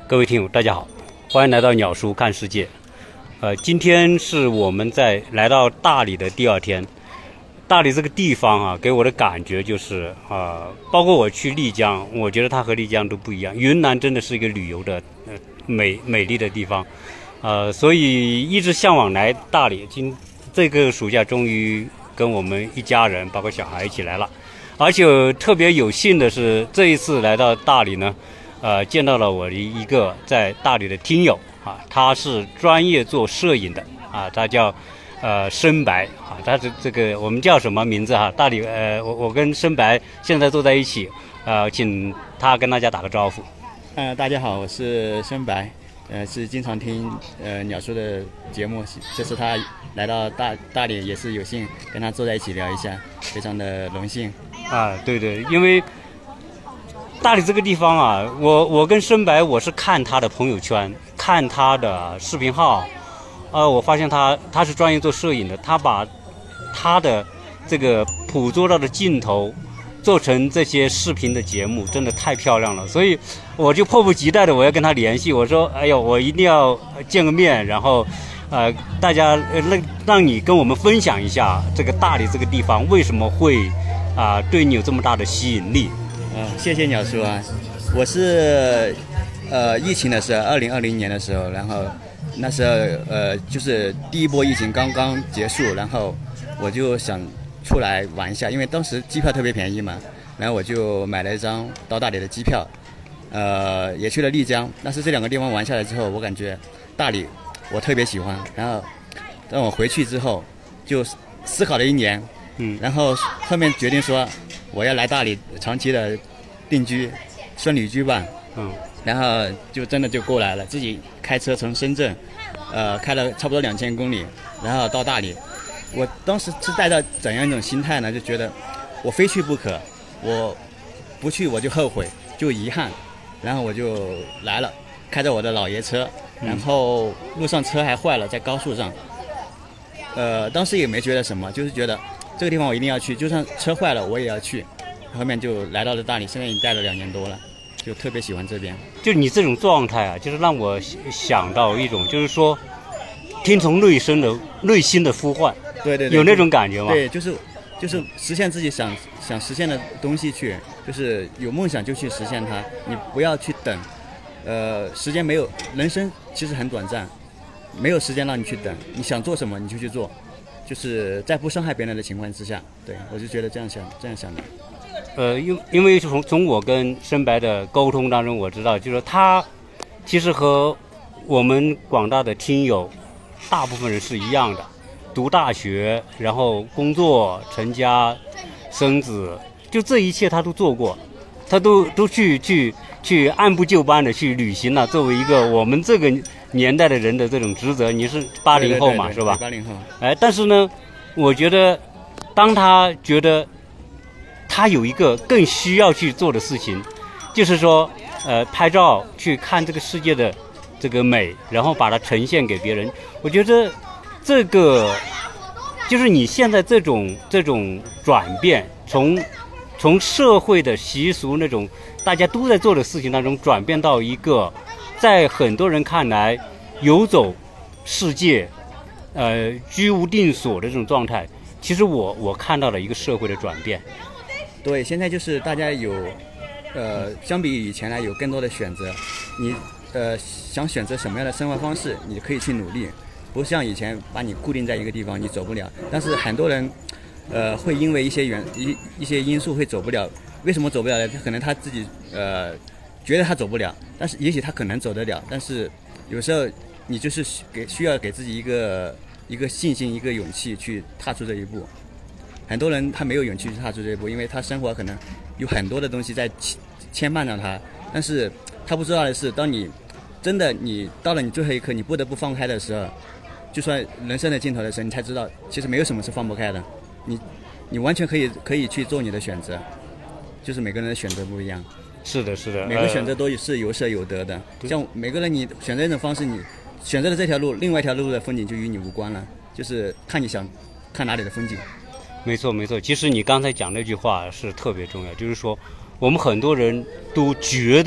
各位听友，大家好，欢迎来到鸟叔看世界。今天是我们来到大理的第二天。大理这个地方啊，给我的感觉就是包括我去丽江，我觉得它和丽江都不一样。云南真的是一个旅游的美丽的地方，所以一直向往来大理。这个暑假终于跟我们一家人，包括小孩一起来了。而且特别有幸的是，这一次来到大理呢，见到了我的一个在大理的听友啊，他是专业做摄影的啊，他叫申白啊，他是这个我们叫什么名字哈？大理我跟申白现在坐在一起，请他跟大家打个招呼。 大家好，我是申白，是经常听鸟叔的节目，这次他来到大理也是有幸跟他坐在一起聊一下，非常的荣幸。 对，因为大理这个地方啊，我跟申白我是看他的朋友圈，看他的视频号，我发现他是专业做摄影的，他把他的这个捕捉到的镜头做成这些视频的节目，真的太漂亮了，所以我就迫不及待的我要跟他联系，我说哎呦，我一定要见个面，然后大家让你跟我们分享一下这个大理这个地方为什么会对你有这么大的吸引力。 谢谢鸟叔啊，我是疫情的时候，2020年的时候，然后那时候就是第一波疫情刚刚结束，然后我就想出来玩一下，因为当时机票特别便宜嘛，然后我就买了一张到大理的机票，也去了丽江。但是这两个地方玩下来之后，我感觉大理我特别喜欢，然后当我回去之后就思考了1年，然后后面决定说我要来大理长期的定居顺旅居吧，然后就真的就过来了，自己开车从深圳开了差不多2000公里，然后到大理。我当时是带着怎样一种心态呢？就觉得我非去不可，我不去我就后悔，就遗憾，然后我就来了，开着我的老爷车，然后路上车还坏了，在高速上，当时也没觉得什么，就是觉得这个地方我一定要去，就算车坏了我也要去。后面就来到了大理，现在已经待了2年多了，就特别喜欢这边。 就你这种状态啊，就是让我想到一种，就是说听从内心的呼唤。 对， 有那种感觉吗？ 对，就是实现自己想实现的东西去，就是有梦想就去实现它，你不要去等，时间没有，人生其实很短暂，没有时间让你去等，你想做什么你就去做，就是在不伤害别人的情况之下，对，我就觉得这样想的。 因为从我跟申白的沟通当中，我知道，就是他其实和我们广大的听友大部分人是一样的。读大学，然后工作、成家、生子，就这一切他都做过，他都去按部就班的去履行了。作为一个我们这个年代的人的这种职责，你是80后嘛， 对是吧 ？80后。 但是呢，我觉得当他觉得他有一个更需要去做的事情，就是说拍照去看这个世界的这个美，然后把它呈现给别人。我觉得这个就是你现在这种转变，从社会的习俗那种大家都在做的事情当中，转变到一个在很多人看来游走世界居无定所的这种状态。其实我看到了一个社会的转变。 对，现在就是大家有相比以前来有更多的选择，你想选择什么样的生活方式，你可以去努力，不像以前把你固定在一个地方你走不了。但是很多人会因为一些因素会走不了。为什么走不了呢？可能他自己觉得他走不了，但是也许他可能走得了。但是有时候你就是需要给自己一个信心，一个勇气去踏出这一步。很多人他没有勇气去踏出这一步，因为他生活可能有很多的东西在牵绊着他，但是他不知道的是，当你真的你到了你最后一刻你不得不放开的时候，就算人生的尽头的时候，你才知道其实没有什么是放不开的，你完全可以去做你的选择，就是每个人的选择不一样。 是的， 每个选择都是有舍有得的。像每个人你选择一种方式，你选择了这条路，另外一条路的风景就与你无关了，就是看你想看哪里的风景。 没错。其实你刚才讲那句话是特别重要，就是说我们很多人都觉得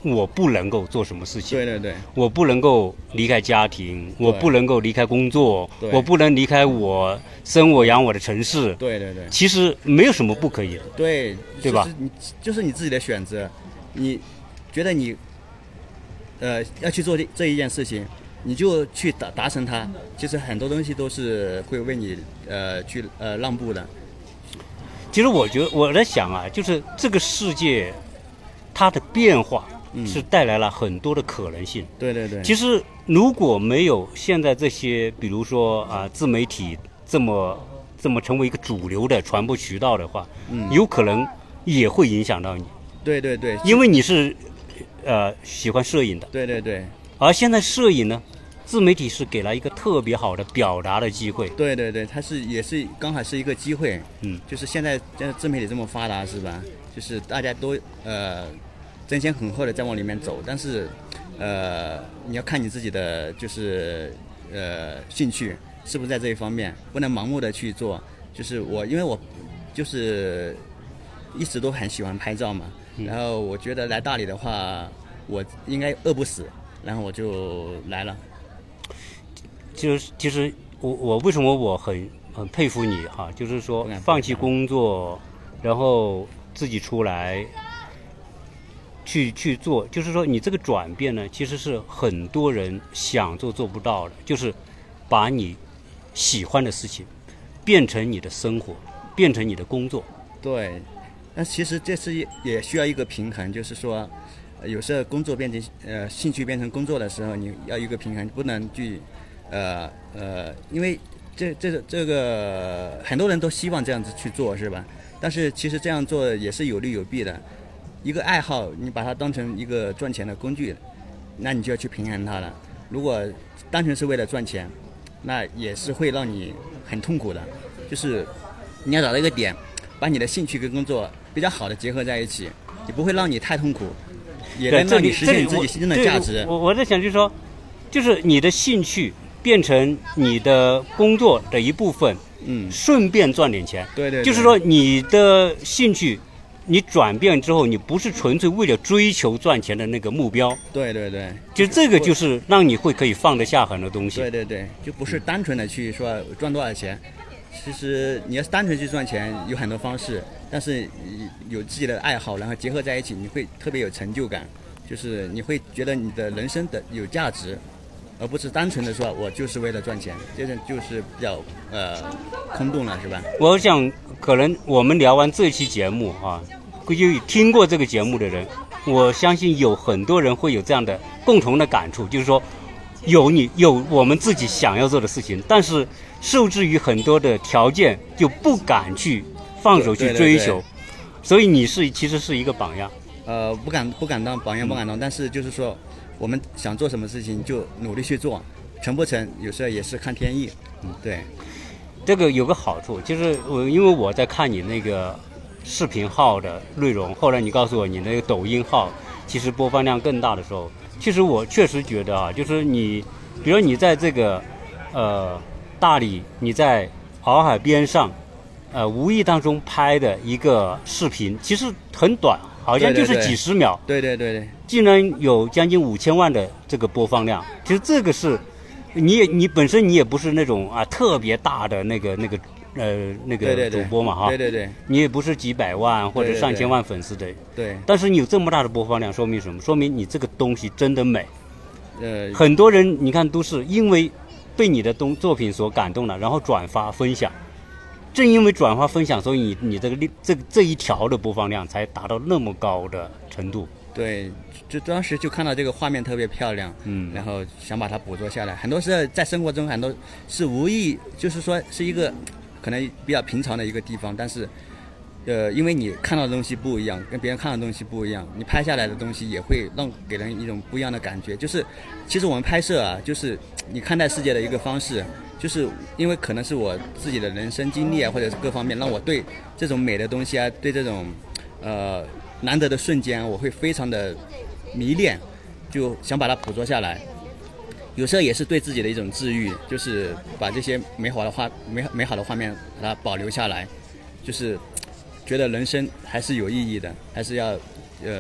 我不能够做什么事情， 对对对， 我不能够离开家庭，我不能够离开工作，我不能离开我生我养我的城市。 对对对， 其实没有什么不可以的， 对对吧？ 就是你自己的选择，你觉得你要去做这一件事情，你就去达成它。其实很多东西都是会为你去让步的。 其实我觉得我在想啊，就是这个世界它的变化是带来了很多的可能性。 对对对。 其实如果没有现在这些，比如说自媒体这么成为一个主流的传播渠道的话，有可能也会影响到你。 对对对。 因为你是喜欢摄影的。 对对对。 而现在摄影呢，自媒体是给了一个特别好的表达的机会。 对对对，它也是刚好是一个机会。就是现在自媒体这么发达，是吧？就是大家都争先恐后的在往里面走，但是你要看你自己的就是兴趣是不是在这一方面，不能盲目的去做。就是因为我就是一直都很喜欢拍照嘛，然后我觉得来大理的话，我应该饿不死，然后我就来了。 其实我为什么我很佩服你哈，就是说放弃工作，然后自己出来去做，就是说你这个转变呢，其实是很多人想做不到的，就是把你喜欢的事情变成你的生活，变成你的工作。 对，但其实这是也需要一个平衡，就是说有时候工作变成兴趣变成工作的时候，你要一个平衡，不能去因为这个很多人都希望这样子去做，是吧？但是其实这样做也是有利有弊的。一个爱好，你把它当成一个赚钱的工具，那你就要去平衡它了。如果单纯是为了赚钱，那也是会让你很痛苦的。就是你要找到一个点，把你的兴趣跟工作比较好的结合在一起，也不会让你太痛苦，也能让你实现你自己心中的价值。 我在想就是说，就是你的兴趣变成你的工作的一部分，顺便赚点钱。 对对。 就是说你的兴趣，你转变之后，你不是纯粹为了追求赚钱的那个目标。 对对对。 就这个就是让你可以放得下很多东西。 对对对，就不是单纯的去说赚多少钱。其实你要是单纯去赚钱，有很多方式，但是有自己的爱好，然后结合在一起，你会特别有成就感，就是你会觉得你的人生的有价值，而不是单纯的说我就是为了赚钱，这种就是比较空洞了，是吧？ 我想可能我们聊完这期节目啊，估计听过这个节目的人，我相信有很多人会有这样的共同的感触，就是说有我们自己想要做的事情，但是受制于很多的条件，就不敢去放手去追求。对对对。所以你其实是一个榜样。 不敢当榜样，不敢当，但是就是说我们想做什么事情就努力去做，成不成有时候也是看天意。对。 这个有个好处，就是因为我在看你那个视频号的内容，后来你告诉我你那个抖音号其实播放量更大的时候，其实我确实觉得啊，就是你比如你在这个大理，你在洱海边上无意当中拍的一个视频，其实很短，好像就是几十秒。 对对对对。 竟然有将近5000万的这个播放量，其实这个是你本身你也不是那种特别大的那个主播嘛哈。 对对对。 你也不是几百万或者上千万粉丝的。 对。 但是你有这么大的播放量，说明什么？说明你这个东西真的美。很多人你看都是因为被你的作品所感动了，然后转发分享。正因为转发分享，所以你这一条的播放量才达到那么高的程度。 对，就当时就看到这个画面特别漂亮，然后想把它捕捉下来。很多时候在生活中很多是无意，就是说是一个可能比较平常的一个地方，但是因为你看到的东西不一样，跟别人看到的东西不一样，你拍下来的东西也会给人一种不一样的感觉。就是其实我们拍摄就是你看待世界的一个方式，就是因为可能是我自己的人生经历或者是各方面，让我对这种美的东西对这种难得的瞬间，我会非常的迷恋，就想把它捕捉下来。有时候也是对自己的一种治愈，就是把这些美好的画面把它保留下来，就是觉得人生还是有意义的，还是要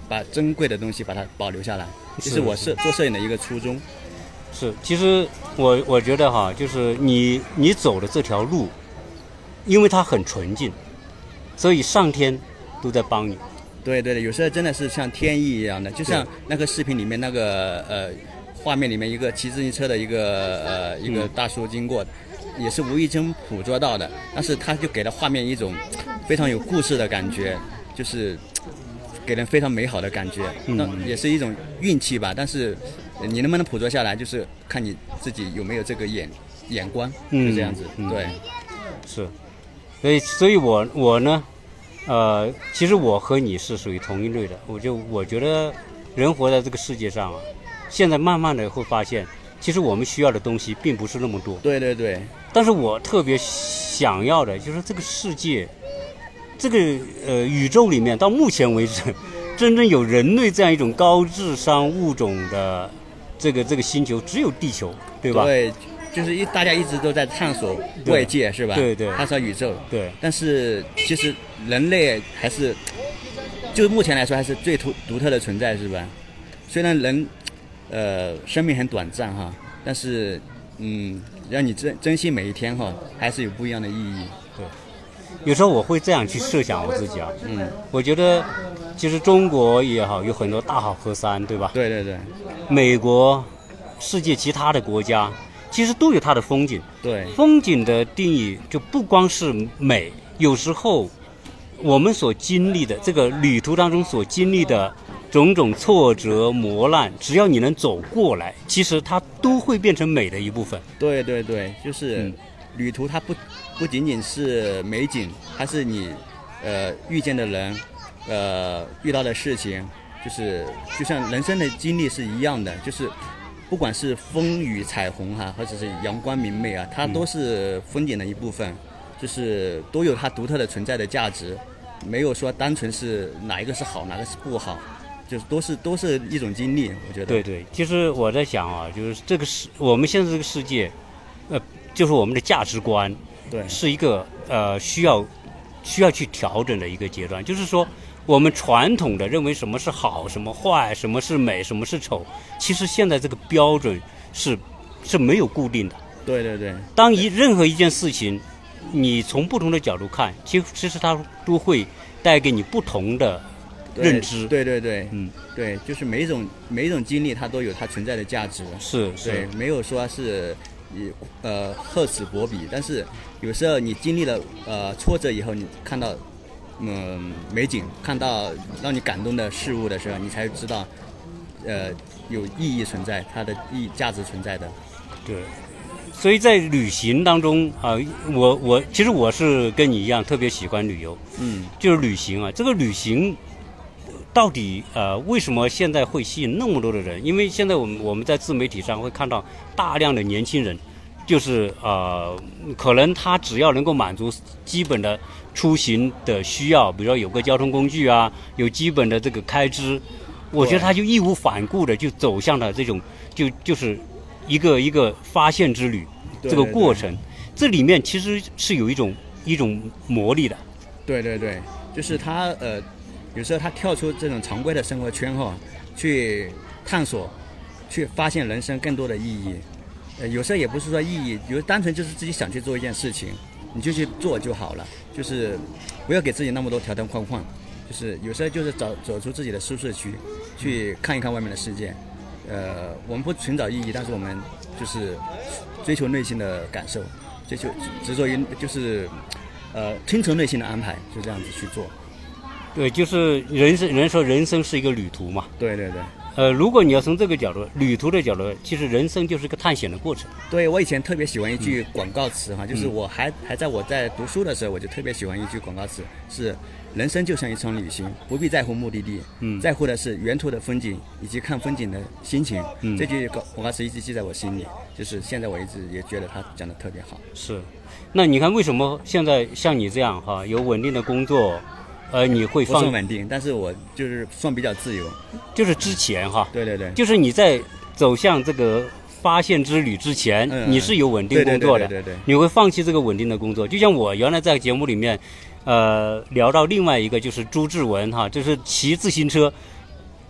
把珍贵的东西把它保留下来，这是我做摄影的一个初衷。 是，其实我觉得哈，就是你走的这条路，因为它很纯净，所以上天都在帮你。 对对对，有时候真的是像天意一样的，就像那个视频里面那个画面里面一个骑自行车的一个大叔经过，也是无意中捕捉到的，但是他就给了画面一种非常有故事的感觉，就是给人非常美好的感觉。那也是一种运气吧，但是你能不能捕捉下来，就是看你自己有没有这个眼光，就这样子。对， 是，所以我呢，其实我和你是属于同一类的。我觉得人活在这个世界上啊，现在慢慢的会发现，其实我们需要的东西并不是那么多。 对对对。 但是我特别想要的就是这个世界，这个宇宙里面，到目前为止，真正有人类这样一种高智商物种的这个星球，只有地球，对吧？ 对。就是大家一直都在探索外界，是吧？ 对对， 探索宇宙。 对。 但是其实人类还是，就目前来说还是最独特的存在，是吧？虽然人，生命很短暂哈，但是让你珍惜每一天哈，还是有不一样的意义。 对。有时候我会这样去设想我自己啊，我觉得其实中国也好，有很多大好河山，对吧？ 对对对。 美国，世界其他的国家。其实都有它的风景。 对， 风景的定义就不光是美，有时候我们所经历的这个旅途当中所经历的种种挫折磨难，只要你能走过来，其实它都会变成美的一部分。 对对对，就是旅途它不仅仅是美景，它是你遇见的人，遇到的事情，就像人生的经历是一样的，就是不管是风雨彩虹哈，或者是阳光明媚啊，它都是风景的一部分，就是都有它独特的存在的价值，没有说单纯是哪一个是好，哪个是不好，就是都是一种经历，我觉得。 对对，其实我在想啊，就是我们现在这个世界，就是我们的价值观， 对， 是一个需要去调整的一个阶段，就是说。我们传统的认为什么是好，什么坏，什么是美，什么是丑，其实现在这个标准是没有固定的。 对对对。 当任何一件事情，你从不同的角度看，其实它都会带给你不同的认知。 对对对，对，就是每一种经历它都有它存在的价值。 是。 对，没有说是厚此薄彼，但是有时候你经历了挫折以后，你看到。美景，看到让你感动的事物的时候，你才知道，有意义存在，它的价值存在的。 对，所以在旅行当中啊，其实我是跟你一样特别喜欢旅游。就是旅行啊，这个旅行到底为什么现在会吸引那么多的人？因为现在我们在自媒体上会看到大量的年轻人。就是可能他只要能够满足基本的出行的需要，比如说有个交通工具啊，有基本的这个开支，我觉得他就义无反顾的就走向了这种就是一个发现之旅。这个过程，这里面其实是有一种魔力的。 对对对，就是他有时候他跳出这种常规的生活圈后，去探索，去发现人生更多的意义。有时候也不是说意义，有单纯就是自己想去做一件事情，你就去做就好了，就是不要给自己那么多条条框框，就是有时候就是走出自己的舒适区，去看一看外面的世界。我们不寻找意义，但是我们就是追求内心的感受，追求执着于就是听从内心的安排，就这样子去做。 对，就是人说人生是一个旅途嘛。 对对对。 如果你要从这个角度，旅途的角度，其实人生就是一个探险的过程。 对，我以前特别喜欢一句广告词哈，就是我还在读书的时候，我就特别喜欢一句广告词，是人生就像一场旅行，不必在乎目的地，在乎的是沿途的风景以及看风景的心情。这句广告词一直记在我心里，就是现在我一直也觉得他讲的特别好。 是，那你看为什么现在像你这样哈，有稳定的工作？你会不算稳定，但是我就是算比较自由。 就是之前哈， 对对对， 就是你在走向这个发现之旅之前，你是有稳定工作的， 对， 你会放弃这个稳定的工作。就像我原来在节目里面，聊到另外一个就是朱志文哈，就是骑自行车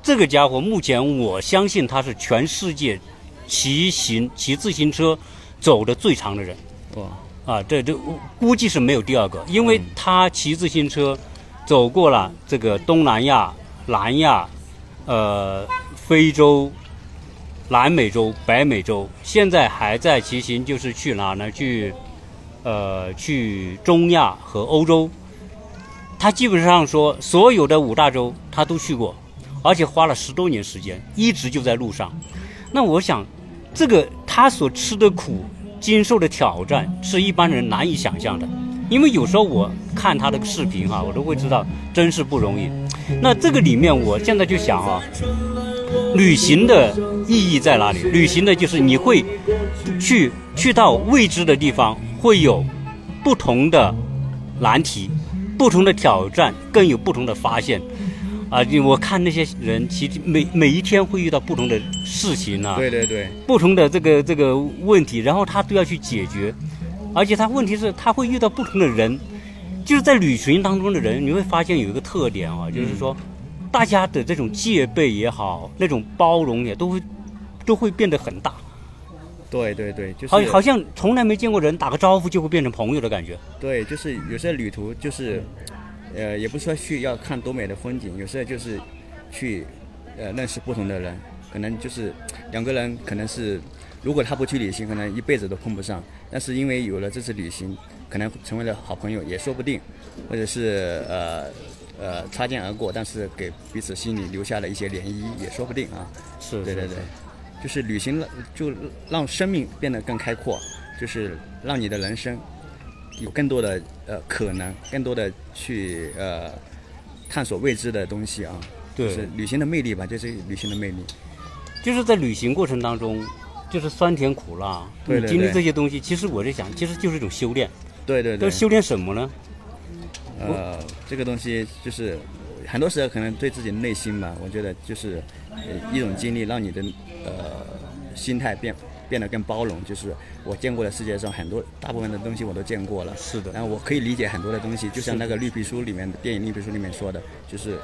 这个家伙目前我相信他是全世界骑自行车走的最长的人。 哇！ 这估计是没有第二个，因为他骑自行车走过了这个东南亚、南亚、非洲、南美洲、北美洲，现在还在骑行，就是去哪呢？去中亚和欧洲。他基本上说所有的5大洲他都去过，而且花了10多年时间，一直就在路上。那我想，这个他所吃的苦、经受的挑战是一般人难以想象的。因为有时候我看他的视频我都会知道真是不容易。那这个里面我现在就想旅行的意义在哪里？旅行的就是你会去到未知的地方，会有不同的难题、不同的挑战，更有不同的发现。我看那些人其实每一天会遇到不同的事情对对对， 不同的这个问题，然后他都要去解决。而且他问题是他会遇到不同的人，就是在旅行当中的人，你会发现有一个特点就是说大家的这种戒备也好，那种包容也都会变得很大。 对对对，就是好像从来没见过人打个招呼就会变成朋友的感觉。 对，就是有些旅途就是也不是说去要看多美的风景，有时候就是去认识不同的人，可能就是2个人可能是如果他不去旅行，可能一辈子都碰不上，但是因为有了这次旅行，可能成为了好朋友也说不定，或者是擦肩而过，但是给彼此心里留下了一些涟漪也说不定啊。 是， 对对对，就是旅行了就让生命变得更开阔，就是让你的人生有更多的可能，更多的去探索未知的东西啊。 对， 就是旅行的魅力吧，就是旅行的魅力。 就是在旅行过程当中，就是酸甜苦辣， 对对对， 你经历这些东西，其实我在想，其实就是一种修炼。 对对对。 都修炼什么呢？ 这个东西就是很多时候可能对自己的内心吧，我觉得就是一种经历，让你的心态变得更包容。就是我见过的世界上大部分的东西我都见过了， 是的。 然后我可以理解很多的东西，就像那个绿皮书里面的电影绿皮书里面说的，就是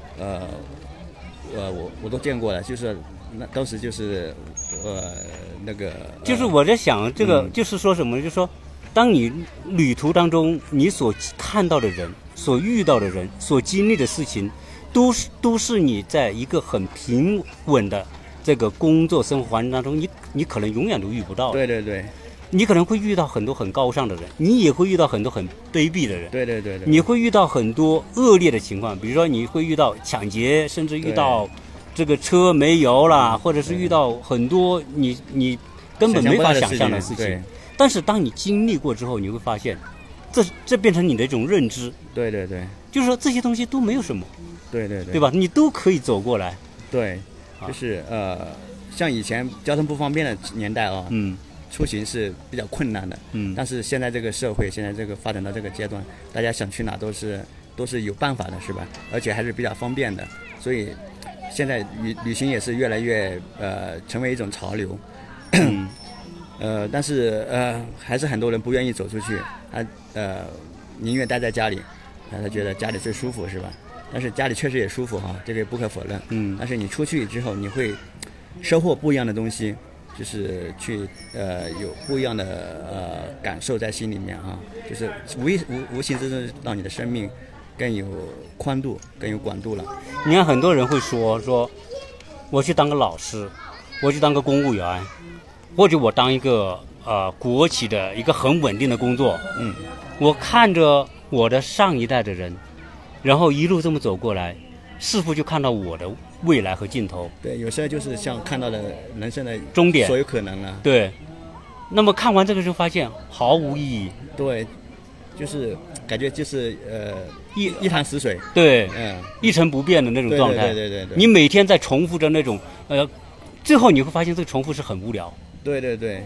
我都见过了，就是那当时就是那个就是我在想这个就是说什么，就是说当你旅途当中你所看到的人、所遇到的人、所经历的事情，都是你在一个很平稳的这个工作生活环境当中，你可能永远都遇不到。 对对对， 你可能会遇到很多很高尚的人，你也会遇到很多很卑鄙的人。 对对对对， 你会遇到很多恶劣的情况，比如说你会遇到抢劫，甚至遇到这个车没油了，或者是遇到很多你根本没法想象的事情。但是当你经历过之后，你会发现这变成你的一种认知。 对对对， 就是说这些东西都没有什么。 对对对， 对吧？你都可以走过来。 对，就是像以前交通不方便的年代出行是比较困难的。但是现在这个社会，现在这个发展到这个阶段，大家想去哪都是有办法的，是吧？而且还是比较方便的，所以现在旅行也是越来越成为一种潮流。但是还是很多人不愿意走出去，他宁愿待在家里，他觉得家里最舒服，是吧？但是家里确实也舒服这个也不可否认。但是你出去之后，你会收获不一样的东西，就是去有不一样的感受在心里面就是无形之中让你的生命更有宽度、更有广度了。 你看很多人会说我去当个老师，我去当个公务员，或者我当一个国企的一个很稳定的工作。我看着我的上一代的人，然后一路这么走过来，是否就看到我的未来和尽头？ 对，有时候就是像看到了人生的终点， 所有可能了。 对，那么看完这个就发现毫无意义。 对，就是感觉就是一潭死水。 对，一成不变的那种状态。 对， 你每天在重复着那种最后你会发现这个重复是很无聊。 对，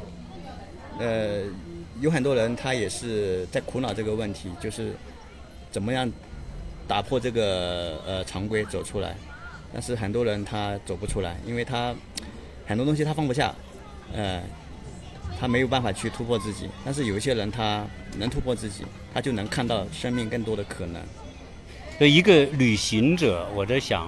有很多人他也是在苦恼这个问题，就是怎么样打破这个常规走出来。但是很多人他走不出来，因为他很多东西他放不下，他没有办法去突破自己。但是有一些人他能突破自己，他就能看到生命更多的可能。 一个旅行者，我在想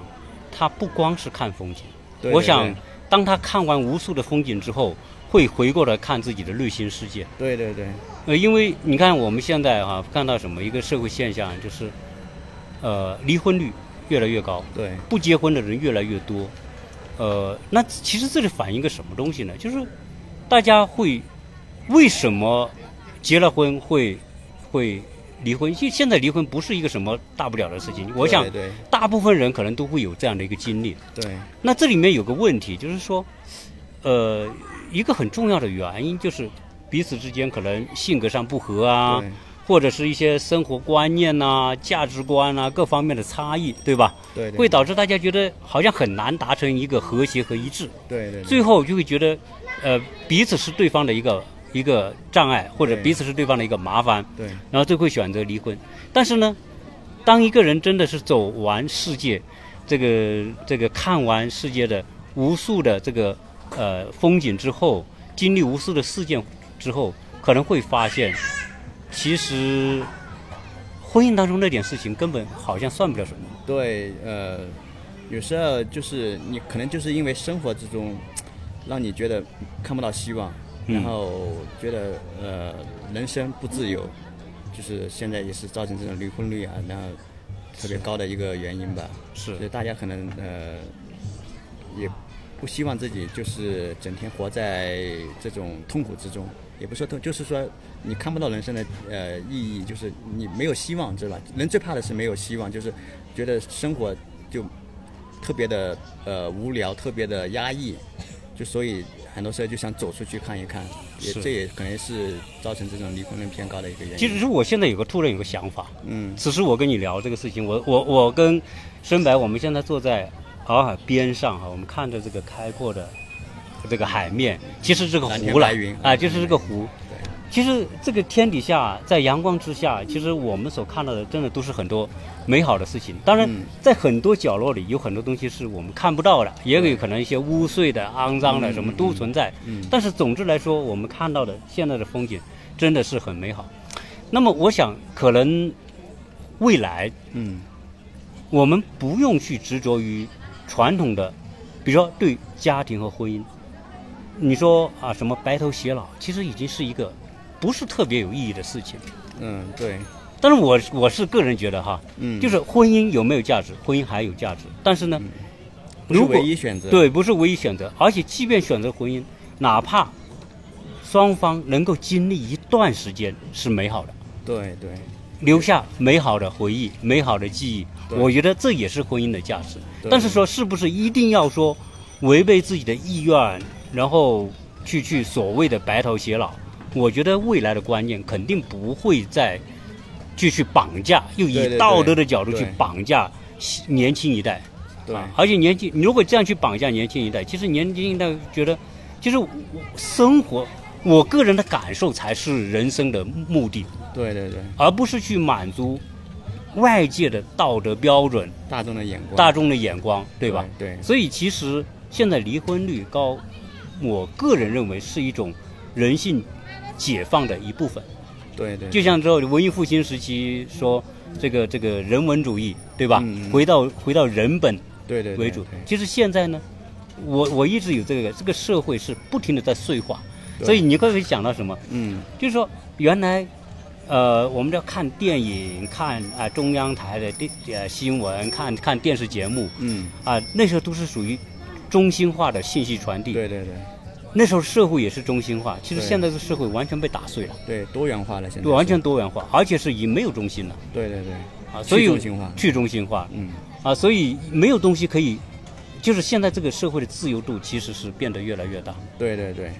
他不光是看风景， 对我想当他看完无数的风景之后，会回过来看自己的内心世界。 对对对， 因为你看我们现在看到什么一个社会现象，就是离婚率越来越高， 对， 不结婚的人越来越多。那其实这里反映一个什么东西呢？就是大家会为什么结了婚会离婚？现在离婚不是一个什么大不了的事情，我想大部分人可能都会有这样的一个经历。 对， 那这里面有个问题，就是说，一个很重要的原因就是彼此之间可能性格上不合啊，或者是一些生活观念啊、价值观啊各方面的差异，对吧？ 对， 会导致大家觉得好像很难达成一个和谐和一致。 对， 最后就会觉得，彼此是对方的一个障碍，或者彼此是对方的一个麻烦。 对， 然后就会选择离婚。但是呢，当一个人真的是走完世界，这个看完世界的无数的这个风景之后，经历无数的事件之后，可能会发现，其实婚姻当中那点事情根本好像算不了什么。 对，有时候就是你可能就是因为生活之中，让你觉得看不到希望，然后觉得人生不自由，就是现在也是造成这种离婚率啊，然后特别高的一个原因吧。 是， 所以大家可能也不希望自己就是整天活在这种痛苦之中，也不说痛，就是说你看不到人生的意义，就是你没有希望，知道吧？人最怕的是没有希望，就是觉得生活就特别的无聊，特别的压抑，就所以很多时候就想走出去看一看，这也可能是造成这种离婚率偏高的一个原因。 其实我现在突然有个想法，此时我跟你聊这个事情，我跟申白，我们现在坐在洱海边上我们看着这个开阔的这个海面，其实这个湖了就是这个湖。其实这个天底下，在阳光之下，其实我们所看到的，真的都是很多美好的事情。当然，在很多角落里，有很多东西是我们看不到的，也有可能一些污秽的、肮脏的，什么都存在。但是总之来说，我们看到的现在的风景，真的是很美好。那么，我想可能未来，我们不用去执着于传统的，比如说对家庭和婚姻，你说什么白头偕老，其实已经是一个不是特别有意义的事情。 对。 但是我是个人觉得就是婚姻有没有价值，婚姻还有价值。但是呢， 不是唯一选择。 对，不是唯一选择。而且即便选择婚姻，哪怕双方能够经历一段时间是美好的， 对， 留下美好的回忆、美好的记忆，我觉得这也是婚姻的价值。但是说是不是一定要说违背自己的意愿，然后去所谓的白头偕老？我觉得未来的观念肯定不会再去绑架，又以道德的角度去绑架年轻一代。 对， 而且你如果这样去绑架年轻一代，其实年轻一代觉得，其实生活，我个人的感受才是人生的目的。 对， 而不是去满足外界的道德标准、 大众的眼光， 对吧？ 对。 所以其实现在离婚率高，我个人认为是一种人性解放的一部分。 对， 就像之后文艺复兴时期说这个人文主义，对吧？回到人本为主。其实现在呢，我一直有这个社会是不停的在碎化，所以你可以想到什么？就是说原来我们要看电影，看中央台的新闻，看电视节目，那时候都是属于中心化的信息传递。 对。 那时候社会也是中心化，其实现在的社会完全被打碎了。 对，多元化了，现在完全多元化，而且是以没有中心了。 对。 所以去中心化。 所以没有东西可以，就是现在这个社会的自由度其实是变得越来越大。 对。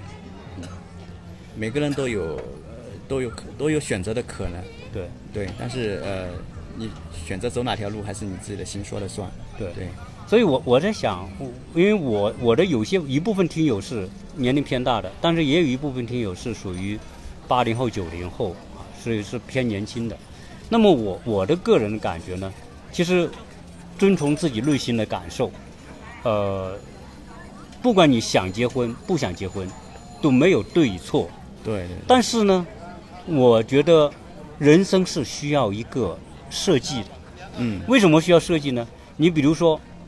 每个人都有选择的可能。对，但是你选择走哪条路，还是你自己的心说了算。对。 所以我在想，因为我的一部分听友是年龄偏大的，但是也有一部分听友是属于80后、90后所以是偏年轻的。那么我的个人感觉呢，其实遵从自己内心的感受，不管你想结婚不想结婚，都没有对与错。 对。 但是呢，我觉得人生是需要一个设计的。为什么需要设计呢？你比如说，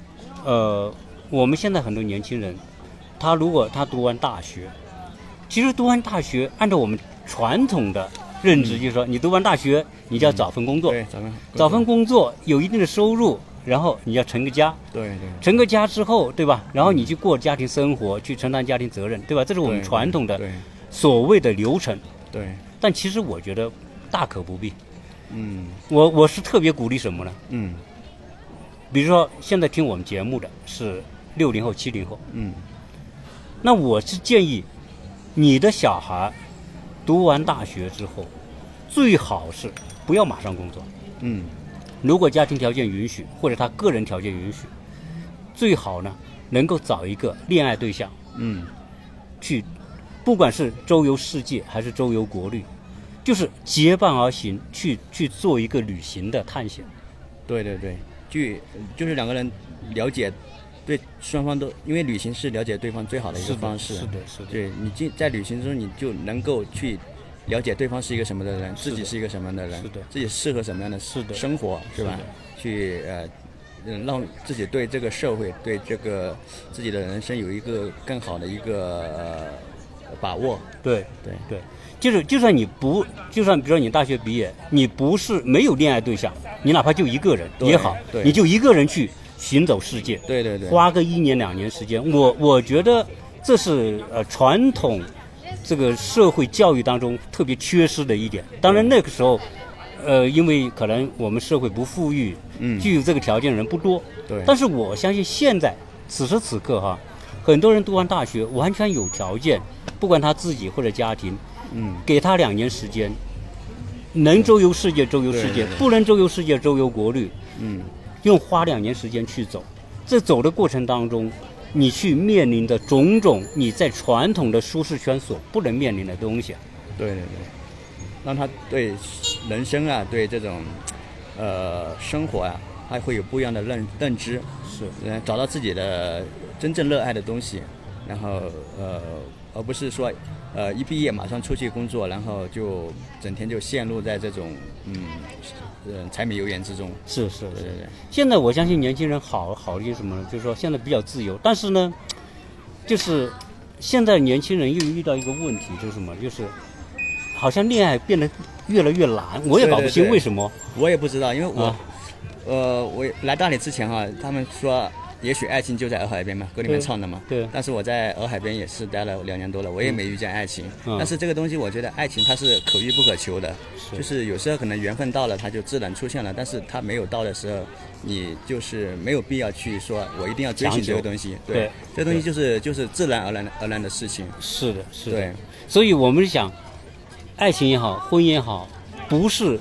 我们现在很多年轻人，他如果他读完大学，其实读完大学，按照我们传统的认知，就是说你读完大学，你就要找份工作， 对， 找份工作有一定的收入，然后你要成个家， 对， 成个家之后，对吧？然后你去过家庭生活，去承担家庭责任，对吧？这是我们传统的所谓的流程。 对， 但其实我觉得大可不必。我是特别鼓励什么呢？比如说现在听我们节目的是60后、70后，那我是建议你的小孩读完大学之后，最好是不要马上工作。如果家庭条件允许，或者他个人条件允许，最好呢能够找一个恋爱对象，去，不管是周游世界还是周游国旅，就是结伴而行，去做一个旅行的探险。 对，就是两个人了解，对双方都，因为旅行是了解对方最好的一个方式。 是的。 对，你在旅行中，你就能够去了解对方是一个什么的人，自己是一个什么样的人，自己适合什么样的生活，是吧？去让自己对这个社会、对这个自己的人生有一个更好的一个把握。对， 就算比如说你大学毕业，你不是没有恋爱对象，你哪怕就一个人也好，你就一个人去行走世界， 对， 花个1年2年时间，我觉得这是传统这个社会教育当中特别缺失的一点。当然那个时候，因为可能我们社会不富裕，具有这个条件的人不多， 对。 但是我相信现在此时此刻哈，很多人读完大学完全有条件，不管他自己或者家庭，给他2年时间，能周游世界周游世界，不能周游世界周游国旅，用花2年时间去走。这走的过程当中，你去面临的种种你在传统的舒适圈所不能面临的东西。 对，让他对人生啊，对这种生活啊，还会有不一样的认知，找到自己的真正热爱的东西，然后而不是说一毕业马上出去工作，然后就整天就陷入在这种柴米油盐之中。 是。现在我相信年轻人好的就是什么呢？就是说现在比较自由，但是呢，就是现在年轻人又遇到一个问题，就是什么？就是好像恋爱变得越来越难，我也搞不清为什么。 我也不知道，因为我来大理之前哈，他们说也许爱情就在洱海边嘛，歌里面唱的嘛。 对。 但是我在洱海边也是待了2年多了，我也没遇见爱情。但是这个东西，我觉得爱情它是可遇不可求的，就是有时候可能缘分到了，它就自然出现了。但是它没有到的时候，你就是没有必要去说我一定要追寻这个东西。对，这东西就是自然而然的事情。 是的。 对。 所以我们想，爱情也好，婚姻也好，不是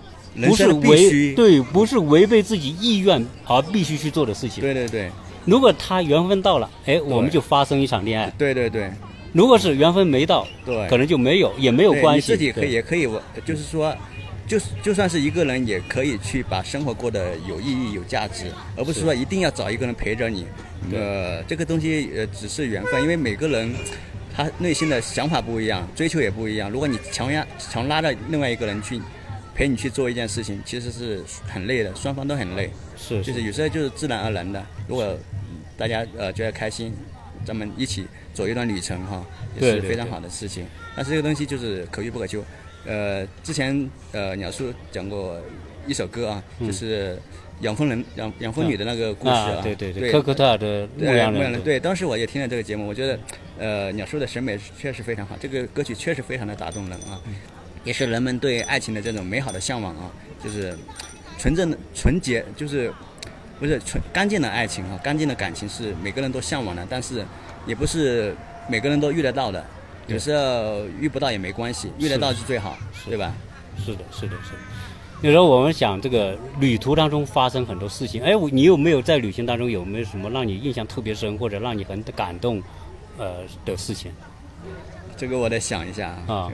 违背自己意愿而必须去做的事情。 对。 如果他缘分到了，我们就发生一场恋爱。 对。 如果是缘分没到，可能就没有，也没有关系。 你自己也可以，就是说，就算是一个人，也可以去把生活过得有意义、有价值，而不是说一定要找一个人陪着你。这个东西只是缘分，因为每个人他内心的想法不一样，追求也不一样。如果你强拉着另外一个人去陪你去做一件事情，其实是很累的，双方都很累。就是有时候就是自然而然的。如果大家觉得开心，咱们一起走一段旅程哈，也是非常好的事情。但是这个东西就是可遇不可求。之前鸟叔讲过一首歌啊，就是养蜂女的那个故事啊。 对，科克特尔的牧羊人。 对，当时我也听了这个节目，我觉得鸟叔的审美确实非常好，这个歌曲确实非常的打动人啊，也是人们对爱情的这种美好的向往啊，就是纯洁，就是不是干净的爱情啊，干净的感情是每个人都向往的，但是也不是每个人都遇得到的，有时候遇不到也没关系，遇得到是最好，对吧？ 是的。有时候我们想这个旅途当中发生很多事情，你有没有在旅行当中有没有什么让你印象特别深或者让你很感动的事情？ 这个我得想一下啊，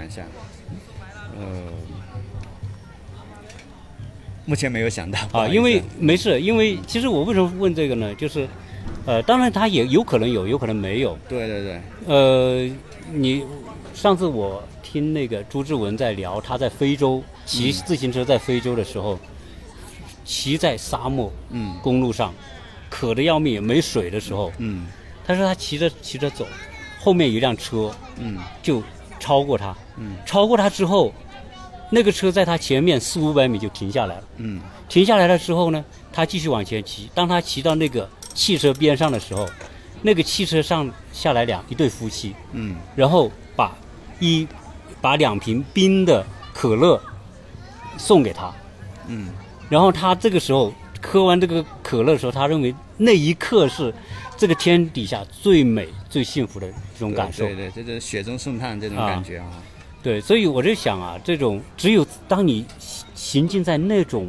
目前没有想到啊， 因为没事，因为其实我为什么问这个呢？就是当然他也有可能有可能没有。 对。 你上次我听那个朱之文在聊，他在非洲骑自行车在非洲的时候，骑在沙漠公路上， 渴得要命，没水的时候，他说他骑着走，后面有一辆车，就超过他，超过他之后，那个车在他前面400-500米就停下来了，停下来了之后呢，他继续往前骑。当他骑到那个汽车边上的时候，那个汽车上下来一对夫妻，然后把2瓶冰的可乐送给他，然后他这个时候喝完这个可乐的时候，他认为那一刻是这个天底下最美最幸福的这种感受。 对，这是雪中送炭这种感觉啊。 对，所以我就想啊，这种只有当你行进在那种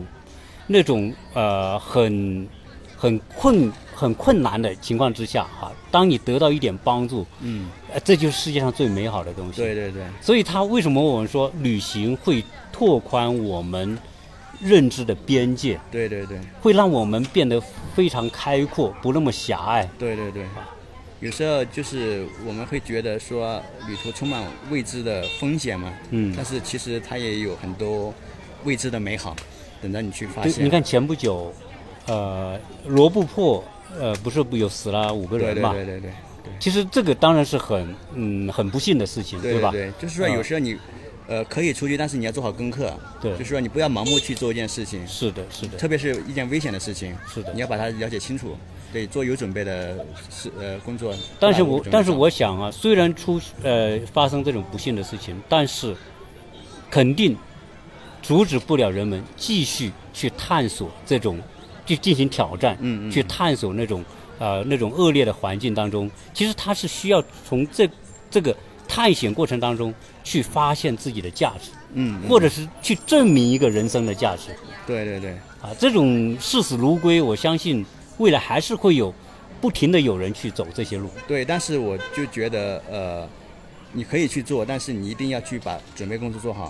很困难的情况之下啊，当你得到一点帮助，这就是世界上最美好的东西。 对。 所以他为什么我们说旅行会拓宽我们认知的边界？ 对， 会让我们变得非常开阔，不那么狭隘。 对。有时候就是我们会觉得说旅途充满未知的风险嘛，但是其实它也有很多未知的美好等着你去发现。 你看前不久，罗布泊，不是有死了5个人嘛？ 对。 其实这个当然是很不幸的事情，对吧？ 对，就是说有时候你可以出去，但是你要做好功课。对，就是说你不要盲目去做一件事情。是的。特别是一件危险的事情。是的，你要把它了解清楚。对，做有准备的工作。但是我想啊，虽然发生这种不幸的事情，但是肯定阻止不了人们继续去探索这种，去进行挑战，去探索那种恶劣的环境当中。其实它是需要从这个探险过程当中去发现自己的价值，或者是去证明一个人生的价值。对。这种视死如归，我相信未来还是会不停的有人去走这些路。对，但是我就觉得你可以去做，但是你一定要去把准备工作做好，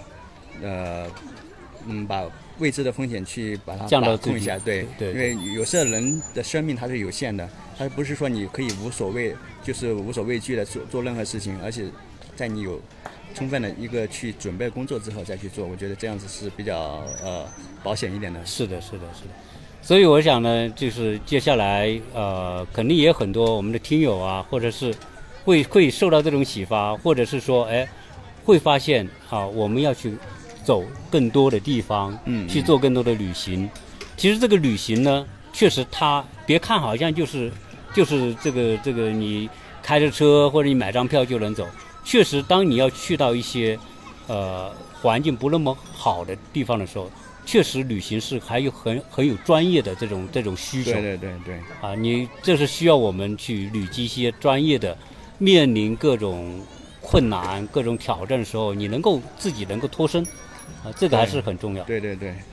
把未知的风险去把它把控一下。对，因为有时候人的生命它是有限的，它不是说你可以无所畏惧的做任何事情，而且在你有充分的一个去准备工作之后再去做，我觉得这样子是比较保险一点的。是的。所以我想呢，就是接下来肯定也有很多我们的听友啊，或者是会受到这种启发，或者是说会发现我们要去走更多的地方，去做更多的旅行。其实这个旅行呢，确实它别看好像就是这个你开着车或者你买张票就能走，确实当你要去到一些环境不那么好的地方的时候，确实旅行是还有很有专业的这种需求。对你这是需要我们去累积一些专业的，面临各种困难各种挑战的时候，你自己能够脱身这个还是很重要。对。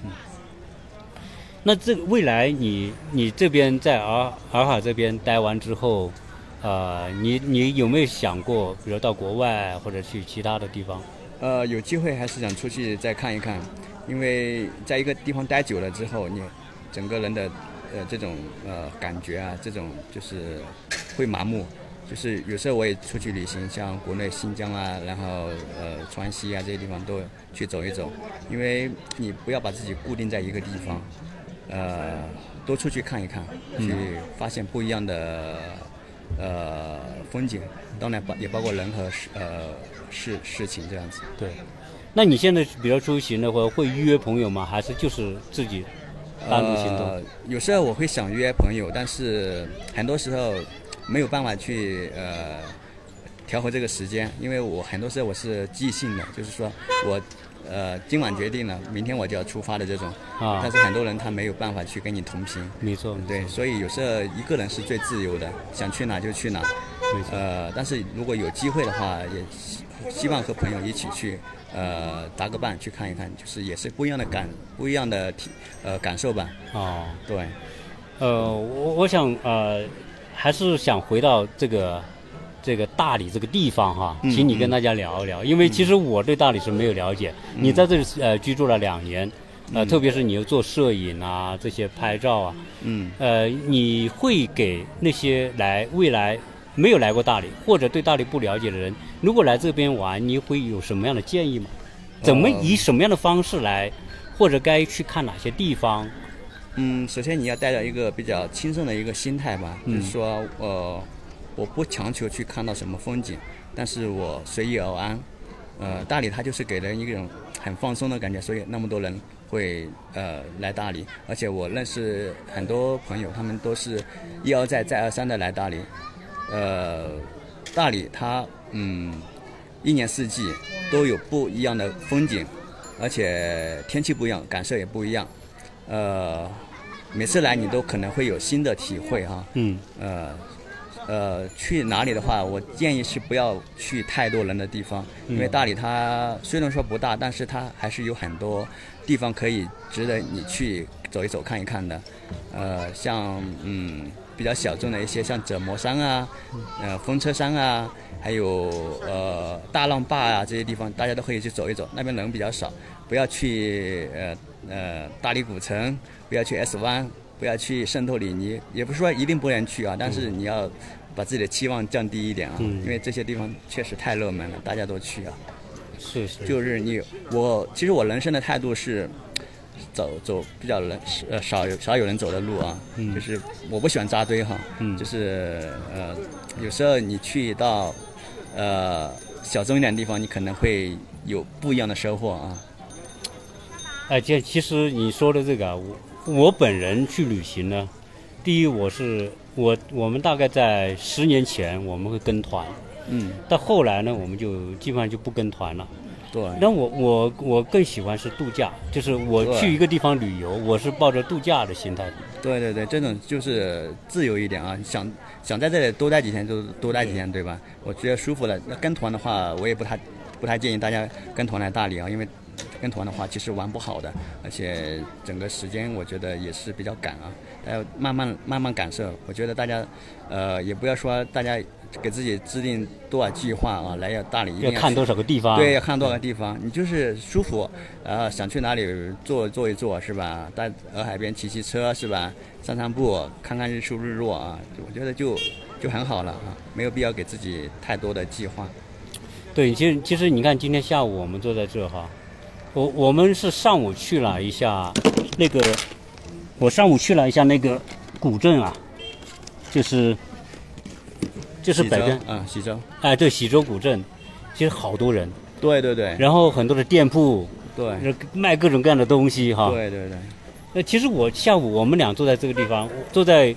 那这未来你这边在洱海这边待完之后，你有没有想过比如到国外或者去其他的地方？有机会还是想出去再看一看，因为在一个地方待久了之后，你整个人的这种感觉啊，这种就是会麻木。就是有时候我也出去旅行，像国内新疆啊，然后川西啊这些地方都去走一走，因为你不要把自己固定在一个地方，多出去看一看，去发现不一样的风景，当然也包括人和事情这样子。对。那你现在比如出行的话，会约朋友吗？还是就是自己单独行动？有时候我会想约朋友，但是很多时候没有办法去调和这个时间，因为很多时候我是即兴的，就是说我今晚决定了，明天我就要出发的这种。但是很多人他没有办法去跟你同行。没错。对，所以有时候一个人是最自由的，想去哪就去哪。没错。但是如果有机会的话，也希望和朋友一起去搭个伴去看一看，就是也是不一样的感受吧。对。我想还是想回到这个大理这个地方哈，请你跟大家聊一聊，因为其实我对大理是没有了解。你在这里居住了2年，特别是你又做摄影啊，这些拍照啊，你会给那些未来没有来过大理或者对大理不了解的人，如果来这边玩，你会有什么样的建议吗？以什么样的方式来，或者该去看哪些地方？ 首先你要带着一个比较轻松的一个心态吧，就是说，我不强求去看到什么风景，但是我随遇而安。大理它就是给人一种很放松的感觉，所以那么多人会来大理，而且我认识很多朋友，他们都是一而再再而三的来大理。大理它一年四季都有不一样的风景，而且天气不一样，感受也不一样。每次来你都可能会有新的体会哈。去哪里的话，我建议是不要去太多人的地方，因为大理它虽然说不大，但是它还是有很多地方可以值得你去走一走、看一看的。像比较小众的一些，像折磨山啊、风车山啊，还有大浪坝啊这些地方，大家都可以去走一走。那边人比较少，不要去大理古城，不要去 S 湾。不要去圣托里尼，也不是说一定不能去啊，但是你要把自己的期望降低一点啊，因为这些地方确实太热门了，大家都去啊。 是。 就是其实我人生的态度是走比较少有人走的路啊，就是我不喜欢扎堆哈，就是有时候你去到小众一点的地方，你可能会有不一样的收获啊。 其实你说的这个我本人去旅行呢，第一我们大概在10年前我们会跟团，到后来呢我们就基本上就不跟团了。 对。 那我更喜欢是度假，就是我去一个地方旅游，我是抱着度假的心态。 对，这种就是自由一点啊，想在这里多待几天就多待几天，对吧？我觉得舒服了。那跟团的话，我也不太建议大家跟团来大理啊，因为跟团的话其实玩不好的，而且整个时间我觉得也是比较赶啊，大家慢慢感受。我觉得大家也不要说大家给自己制定多少计划啊，来大理一定要看多少个地方。 对，要看多少个地方，你就是舒服，想去哪里坐一坐是吧？在海边骑车是吧？散步，看看日出日落啊，我觉得就很好了啊，没有必要给自己太多的计划。 对，其实你看今天下午我们坐在这哈。我们是上午去了一下那个，那个古镇啊，就是北边喜洲。 对，喜洲古镇，其实好多人。 对。 然后很多的店铺， 对， 卖各种各样的东西哈。 对。 那其实下午我们俩坐在这个地方，坐在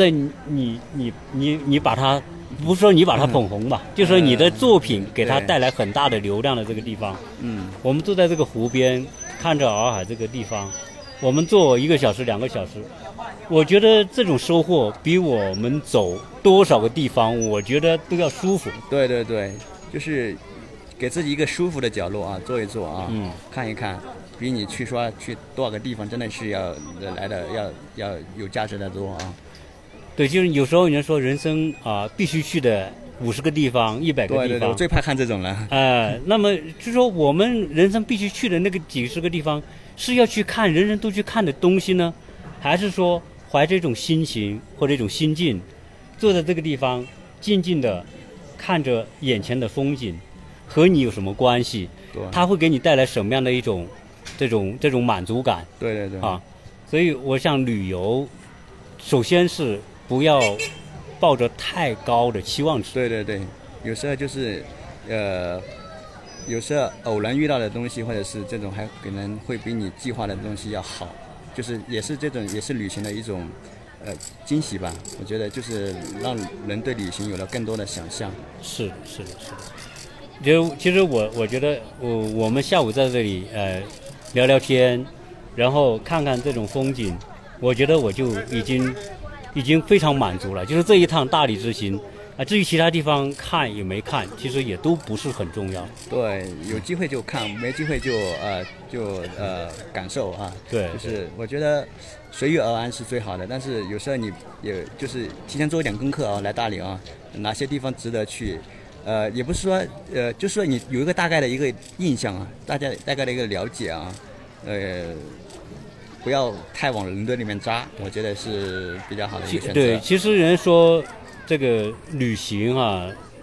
你把它。不是说你把它捧红吧，就是说你的作品给它带来很大的流量的这个地方。我们坐在这个湖边，看着洱海这个地方，我们坐1个小时、2个小时，我觉得这种收获比我们走多少个地方，我觉得都要舒服。 对，就是给自己一个舒服的角落啊，坐一坐啊，看一看，比你去多少个地方真的是要来的要有价值的多啊。 对，就是有时候人说人生必须去的50个地方、100个地方。 对，我最怕看这种了。 那么就说我们人生必须去的那个几十个地方，是要去看人人都去看的东西呢，还是说怀着一种心情或者一种心境，坐在这个地方静静的看着眼前的风景，和你有什么关系？它会给你带来什么样的一种这种满足感？ 对。 所以我想旅游，首先是不要抱着太高的期望值。 对，有时候就是有时候偶然遇到的东西，或者是这种还可能会比你计划的东西要好，就是也是旅行的一种惊喜吧。我觉得就是让人对旅行有了更多的想象。 是的。其实我觉得我们下午在这里聊聊天，然后看看这种风景，我觉得我就已经非常满足了。就是这一趟大理之行至于其他地方看也没看，其实也都不是很重要。 对，有机会就看，没机会就感受啊。 对， 就是我觉得随遇而安是最好的，但是有时候你也就是提前做一点功课啊，来大理啊，哪些地方值得去。也不是说就是说你有一个大概的一个印象啊，大家大概的一个了解啊，不要太往人堆里面扎，我觉得是比较好的一个选择。 对，其实人说这个旅行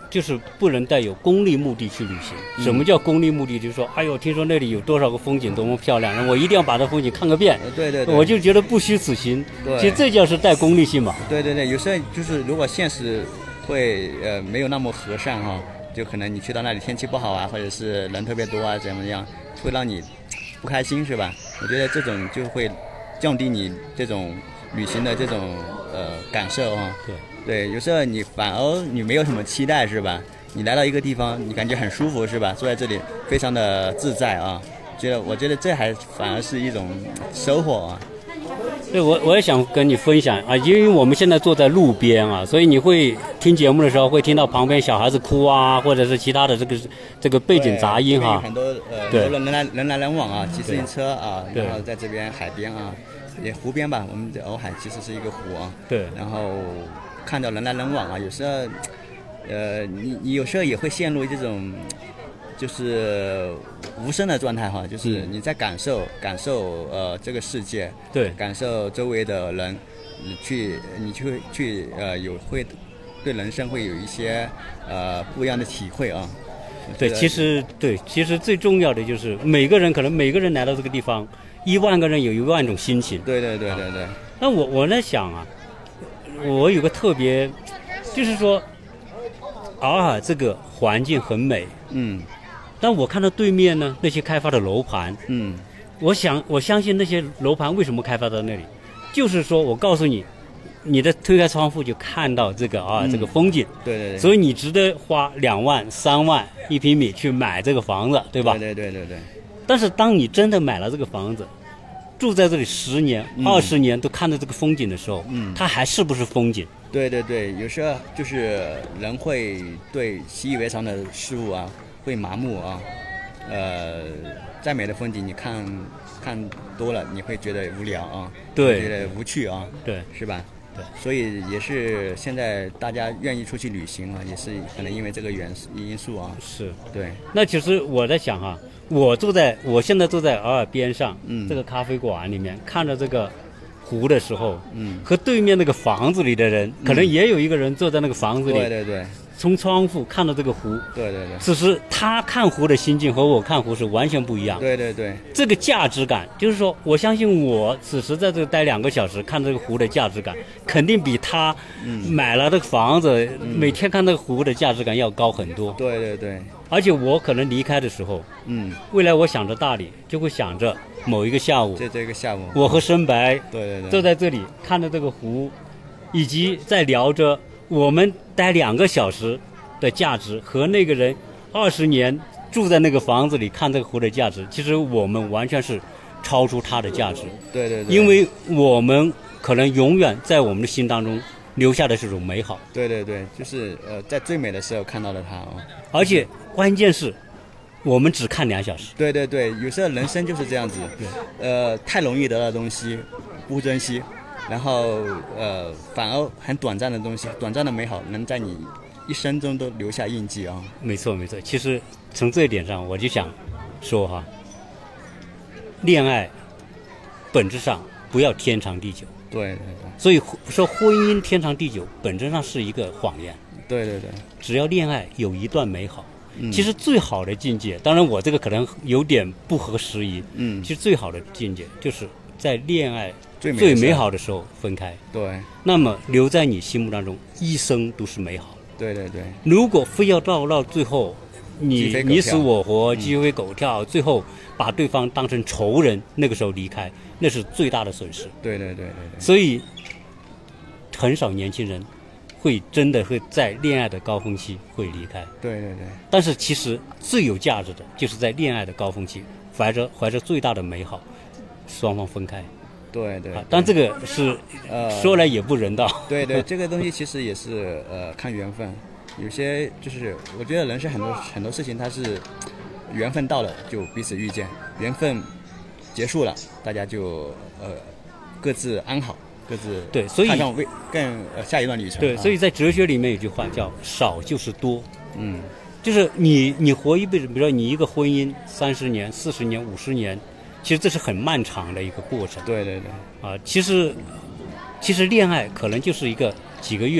就是不能带有功利目的去旅行。什么叫功利目的？就是说，哎呦，听说那里有多少个风景多么漂亮，我一定要把这风景看个遍。 对对对， 我就觉得不虚此行。 对， 其实这叫是带功利性嘛。 对对对，有时候就是如果现实会没有那么和善哈，就可能你去到那里天气不好啊，或者是人特别多啊，怎么样，会让你不开心是吧？我觉得这种就会降低你这种旅行的这种感受啊。对，有时候你反而你没有什么期待是吧？你来到一个地方，你感觉很舒服是吧？坐在这里非常的自在啊，我觉得这还反而是一种收获啊。 对，我也想跟你分享啊，因为我们现在坐在路边啊，所以你会听节目的时候会听到旁边小孩子哭啊，或者是其他的这个背景杂音哈。 很多人来人往啊，骑自行车啊，然后在这边海边啊，也湖边吧，我们的洱海其实是一个湖啊。 对。 然后看到人来人往啊，有时候你有时候也会陷入这种就是无声的状态哈，就是你在感受这个世界， 对， 感受周围的人，你就会去会对人生会有一些不一样的体会啊。 对，其实最重要的就是每个人来到这个地方，10000个人有10000种心情。 对。 那我在想啊，我有个特别，就是说，洱海这个环境很美，但我看到对面呢那些开发的楼盘，我相信那些楼盘为什么开发到那里，就是说我告诉你，你的推开窗户就看到这个这个风景， 对， 所以你值得花2万3万1平米去买这个房子，对吧？ 对。 但是当你真的买了这个房子，住在这里10年、20年都看到这个风景的时候，它还是不是风景？对， 有时候就是人会对习以为常的事物啊会麻木啊，再美的风景你看多了你会觉得无聊啊， 对， 觉得无趣啊， 对， 是吧？ 对， 所以也是现在大家愿意出去旅行啊，也是可能因为这个因素啊。 是， 对。 那其实我在想哈，我现在坐在洱海边上，这个咖啡馆里面看着这个湖的时候，和对面那个房子里的人，可能也有一个人坐在那个房子里， 对， 从窗户看到这个湖， 对， 此时他看湖的心境和我看湖是完全不一样， 对， 这个价值感，就是说我相信我此时在这待2个小时看这个湖的价值感，肯定比他买了这个房子，每天看那个湖的价值感要高很多， 对， 而且我可能离开的时候，未来我想着大理，就会想着某一个下午， 这个下午， 我和深白对坐在这里看着这个湖，以及在聊着我们待2个小时的价值和那个人20年住在那个房子里看这个湖的价值，其实我们完全是超出它的价值。 对， 因为我们可能永远在我们的心当中留下的是种美好。 对，就是在最美的时候看到了它啊。 而且关键是我们只看2小时。 对，有时候人生就是这样子，太容易得到的东西不珍惜，然后反而很短暂的东西，短暂的美好能在你一生中都留下印记啊。 没错，其实从这一点上我就想说哈，恋爱本质上不要天长地久。 对， 所以说婚姻天长地久本质上是一个谎言。 对， 只要恋爱有一段美好，其实最好的境界，当然我这个可能有点不合时宜，其实最好的境界就是在恋爱最美好的时候分开。 对， 那么留在你心目当中一生都是美好。 对， 如果非要到最后你死我活，鸡飞狗跳，最后把对方当成仇人，那个时候离开，那是最大的损失。 对， 所以很少年轻人真的会在恋爱的高峰期会离开。 对， 但是其实最有价值的就是在恋爱的高峰期，怀着最大的美好，双方分开。 对， 但这个是说来也不人道。 对，这个东西其实也是看缘分。有些就是我觉得人生很多事情它是缘分到了就彼此遇见，缘分结束了大家就各自安好，各自对，所以踏上更下一段旅程。 对，所以在哲学里面有句话叫少就是多。就是你活一辈子，比如说你一个婚姻30年、40年、50年，其实这是很漫长的一个过程。 对， 其实恋爱可能就是一个几个月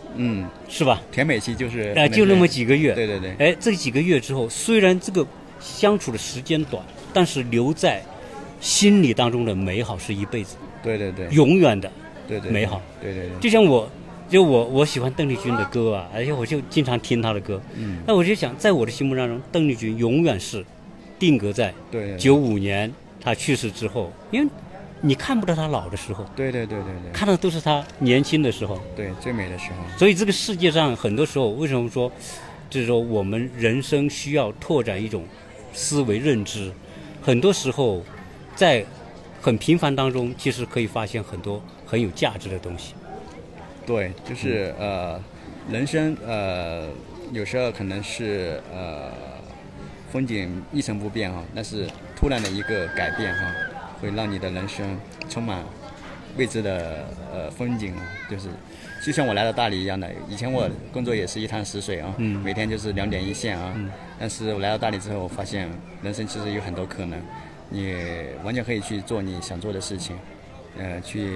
是吧？ 甜美期就是就那么几个月。 对对对。 这几个月之后，虽然这个相处的时间短，但是留在心里当中的美好是一辈子。 对对对。 永远的。 对对。 美好。 对对对。 就像我喜欢邓丽君的歌啊，而且我就经常听她的歌。那我就想，在我的心目当中，邓丽君永远是定格在95年她去世之后，因为你看不到她老的时候。 对对对对对。 看到都是她年轻的时候。 对，最美的时候。 所以这个世界上很多时候，为什么说，就是说我们人生需要拓展一种思维认知，很多时候在很平凡当中，其实可以发现很多很有价值的东西。 对，就是人生有时候可能是风景一成不变哈，但是突然的一个改变哈，会让你的人生充满未知的风景啊，就像我来到大理一样的，以前我工作也是一潭死水啊，每天就是2点一线啊，但是我来到大理之后，我发现人生其实有很多可能，你完全可以去做你想做的事情，去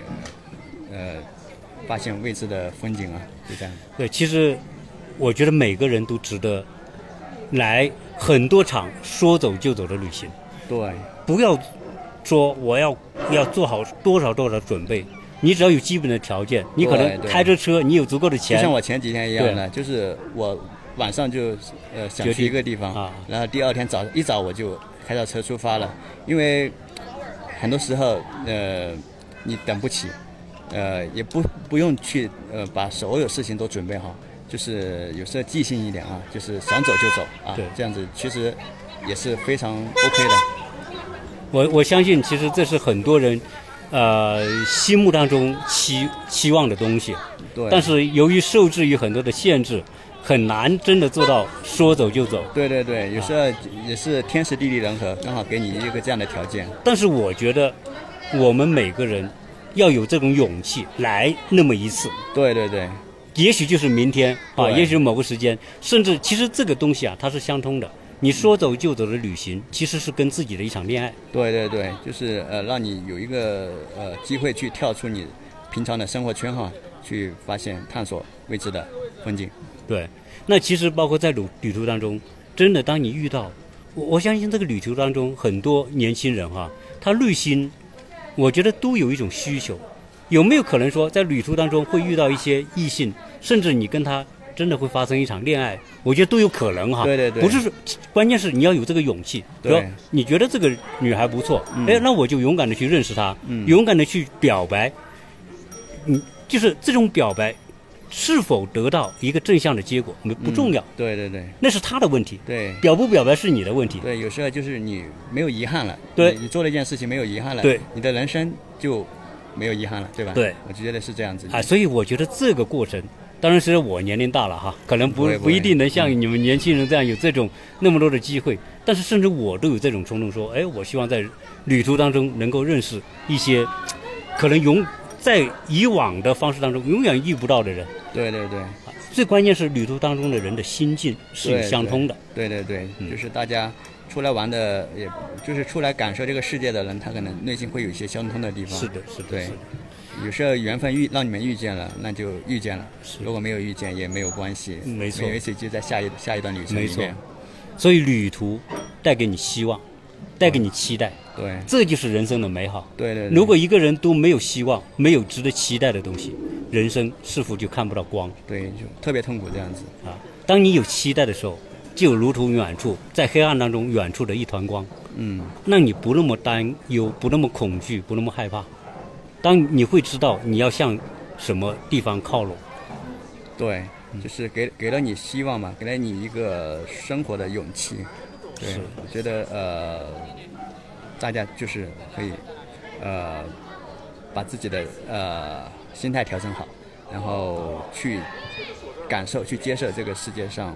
发现未知的风景啊，就这样。 对，其实我觉得每个人都值得来很多场说走就走的旅行。 对， 不要说我要做好多少准备，你只要有基本的条件，你可能开着车，你有足够的钱。 就像我前几天一样的，就是我晚上就想去一个地方，然后第二天一早我就开着车出发了，因为很多时候你等不起。也不用去把所有事情都准备好，就是有时候即兴一点啊，就是想走就走啊，这样子其实也是非常 OK 的。我相信，其实这是很多人心目当中期望的东西。 对。 但是由于受制于很多的限制，很难真的做到说走就走。 对对对，有时候也是天时地利人和，刚好给你一个这样的条件。 但是我觉得我们每个人要有这种勇气来那么一次。 对对对。 也许就是明天啊，也许某个时间，甚至其实这个东西啊，它是相通的。你说走就走的旅行，其实是跟自己的一场恋爱。 对对对，就是让你有一个机会去跳出你平常的生活圈哈，去发现探索未知的风景。 对，那其实包括在旅途当中，真的当你遇到，我相信这个旅途当中很多年轻人哈，他内心我觉得都有一种需求。有没有可能说在旅途当中会遇到一些异性，甚至你跟他真的会发生一场恋爱？我觉得都有可能哈。 对对对。 不是说，关键是你要有这个勇气。 对。 你觉得这个女孩不错，那我就勇敢的去认识她，勇敢的去表白。就是这种表白是否得到一个正向的结果不重要。 对对对。 那是他的问题。 对。 表不表白是你的问题。 对，有时候就是你没有遗憾了。 对。 你做了一件事情没有遗憾了。 对。 你的人生就没有遗憾了，对吧？ 对， 我觉得是这样子所以我觉得这个过程，当然是我年龄大了哈，可能不一定能像你们年轻人这样有这种那么多的机会，但是甚至我都有这种冲动说，我希望在旅途当中能够认识一些可能在以往的方式当中永远遇不到的人。 对对对。 最关键是旅途当中的人的心境是有相通的。 对对对，就是大家出来玩的，也就是出来感受这个世界的人，他可能内心会有一些相通的地方。 是的，是的。 对，有时候缘分让你们遇见了，那就遇见了；如果没有遇见，也没有关系。 没错。 也许就在下一段旅程里面。 没错。所以旅途带给你希望，带给你期待。 对。 这就是人生的美好。 对对对。 如果一个人都没有希望，没有值得期待的东西，人生是否就看不到光？ 对，就特别痛苦这样子啊。当你有期待的时候，就如同远处在黑暗当中远处的一团光。让你不那么担忧，不那么恐惧，不那么害怕。当你会知道你要向什么地方靠拢。 对，就是给了你希望嘛，给了你一个生活的勇气。对，我觉得大家就是可以把自己的心态调整好，然后去感受、去接受这个世界上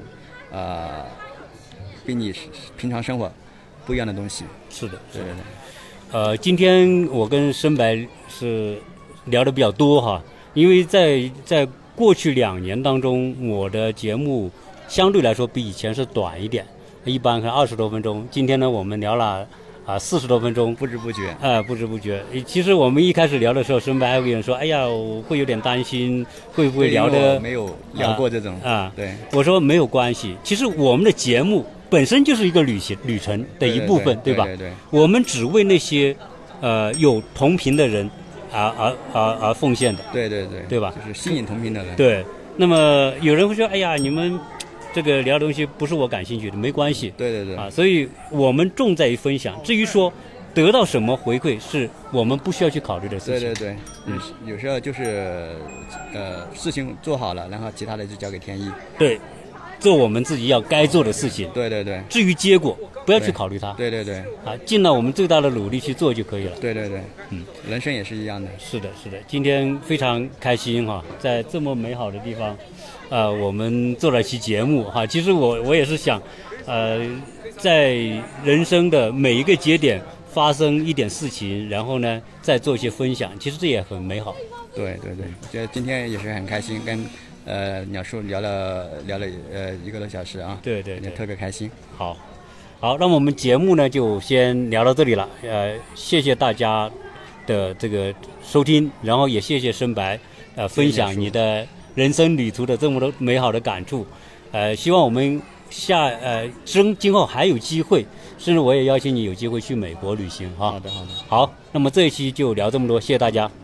比你平常生活不一样的东西。 是的， 对对对。今天我跟申白是聊得比较多哈，因为在过去2年当中，我的节目相对来说比以前是短一点，一般可能20多分钟。今天呢，我们聊了 40多分钟， 不知不觉。 不知不觉。其实我们一开始聊的时候，身边还有人说：“哎呀，我会有点担心，会不会聊的没有聊过这种对。” 我说没有关系，其实我们的节目本身就是一个旅程的一部分， 对吧？ 对。 我们只为那些有同频的人而奉献的。 对， 对吧？ 就是吸引同频的人。 对。那么有人会说：“哎呀，你们这个聊的东西不是我感兴趣的，没关系。” 对。 所以我们重在于分享。至于说得到什么回馈，是我们不需要去考虑的事情。 对。有时候就是事情做好了，然后其他的就交给天意。 对，做我们自己要该做的事情。 对。 至于结果，不要去考虑它。 对。 尽了我们最大的努力去做就可以了。 对。人生也是一样的。 是的。今天非常开心在这么美好的地方，我们做了一期节目其实我也是想，在人生的每一个节点发生一点事情，然后呢再做一些分享，其实这也很美好。 对。我觉得今天也是很开心，跟鸟叔聊了1个多小时啊。 对， 也特别开心。 好，那么我们节目呢就先聊到这里了。谢谢大家的这个收听，然后也谢谢深白分享你的人生旅途的这么多美好的感触。希望我们今后还有机会，甚至我也邀请你有机会去美国旅行。 好的。 好，那么这一期就聊这么多，谢谢大家。